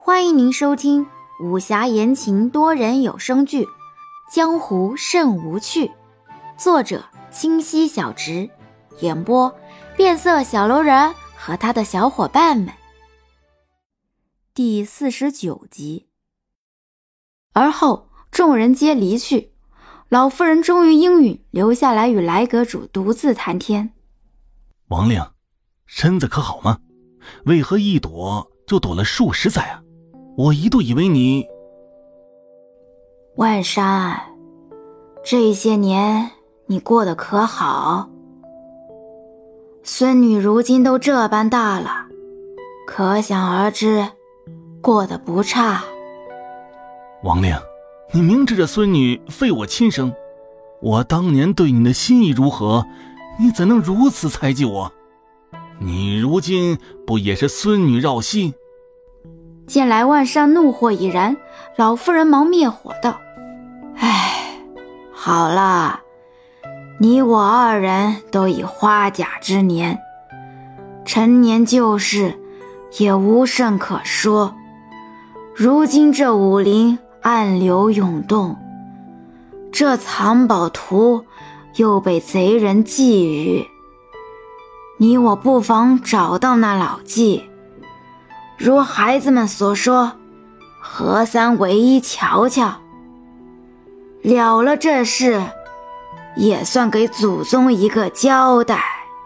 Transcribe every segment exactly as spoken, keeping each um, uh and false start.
欢迎您收听武侠言情多人有声剧《江湖甚无趣》，作者清溪小直，演播变色小楼人和他的小伙伴们。第四十九集。而后众人皆离去，老夫人终于应允留下来与来阁主独自谈天。 王令，身子可好吗？为何一躲就躲了数十载啊？我一度以为你…… 万山，这些年你过得可好？孙女如今都这般大了，可想而知，过得不差。 王令，你明知这孙女非我亲生，我当年对你的心意如何，你怎能如此猜忌我？你如今不也是孙女绕膝？ 见来万山怒火已燃，老夫人忙灭火道：唉，好了，你我二人都已花甲之年，陈年旧事也无甚可说。如今这武林暗流涌动，这藏宝图又被贼人觊觎，你我不妨找到那老纪，如孩子们所说，合三为一瞧瞧，了了这事，也算给祖宗一个交代。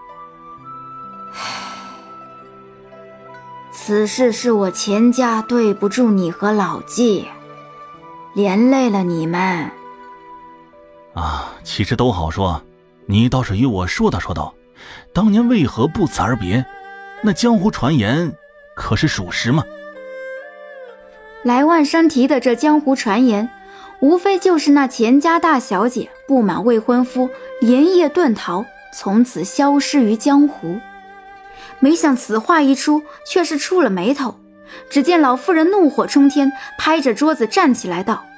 此事是我钱家对不住你和老纪，连累了你们。 啊，其实都好说，你倒是与我说道说道，当年为何不辞而别？那江湖传言可是属实吗？ 来万山提的这江湖传言，无非就是那钱家大小姐不满未婚夫连夜遁逃，从此消失于江湖。没想此话一出，却是触了眉头。只见老妇人怒火冲天，拍着桌子站起来道：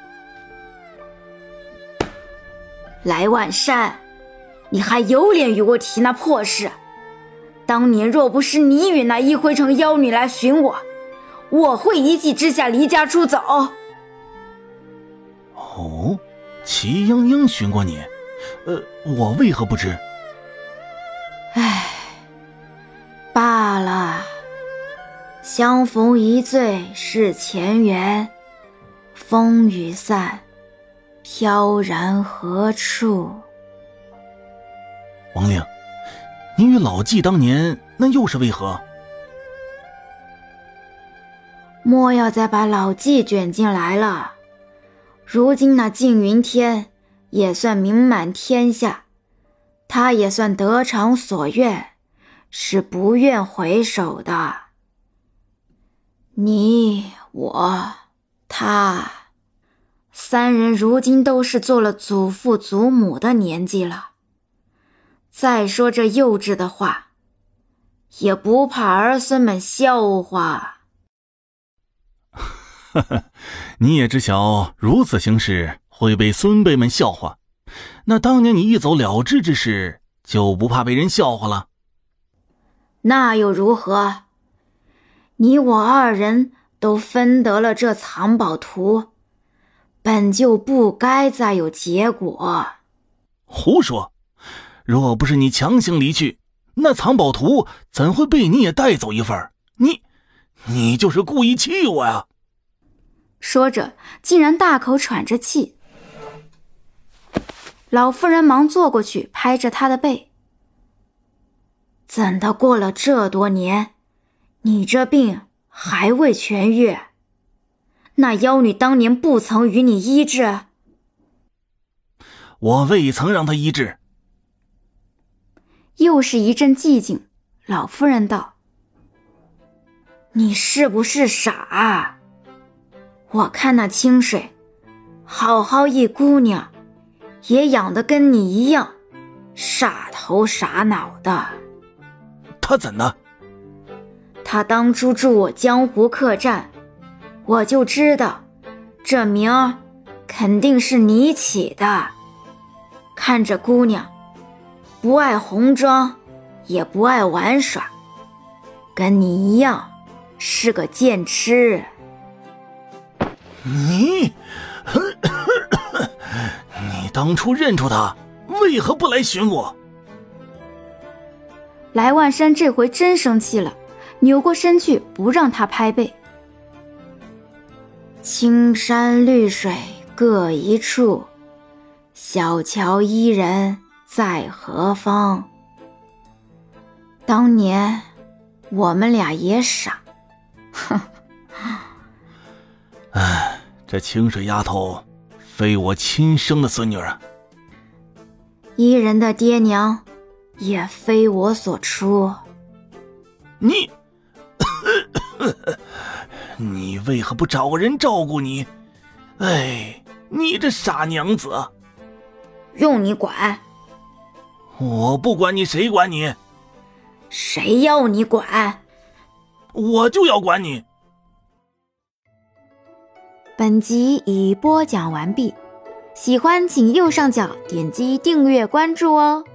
来万山，你还有脸与我提那破事？当年若不是你与那一辉城妖女来寻我，我会一气之下离家出走。 哦，齐莺莺寻过你，呃，我为何不知？ 唉，罢了，相逢一醉是前缘，风雨散，飘然何处？ 王令，你与老纪当年那又是为何？ 莫要再把老纪卷进来了。如今那静云天也算名满天下，他也算得偿所愿，是不愿回首的。你我他三人如今都是做了祖父祖母的年纪了，再说这幼稚的话，也不怕儿孙们笑话。 呵呵，你也知晓如此行事会被孙辈们笑话，那当年你一走了之之事，就不怕被人笑话了？ 那又如何？你我二人都分得了这藏宝图，本就不该再有结果。 胡说！若不是你强行离去，那藏宝图怎会被你也带走一份？你，你就是故意气我呀！ 说着，竟然大口喘着气。老妇人忙坐过去，拍着他的背：怎的过了这多年，你这病还未痊愈？那妖女当年不曾与你医治？ 我未曾让她医治。 又是一阵寂静，老夫人道：你是不是傻？我看那清水，好好一姑娘，也养得跟你一样，傻头傻脑的。 她怎的？ 她当初助我江湖客栈，我就知道，这名儿肯定是你起的。看这姑娘，不爱红妆，也不爱玩耍，跟你一样，是个贱痴。 你，你当初认出他，为何不来寻我？ 来万山这回真生气了，扭过身去不让他拍背。青山绿水各一处，小桥伊人在何方？当年我们俩也傻，哼。 唉，这清水丫头非我亲生的孙女啊。 伊人的爹娘也非我所出。 你你为何不找人照顾你？哎，你这傻娘子！ 用你管？ 我不管你，谁管你？ 谁要你管？ 我就要管你。 本集已播讲完毕，喜欢请右上角点击订阅关注哦。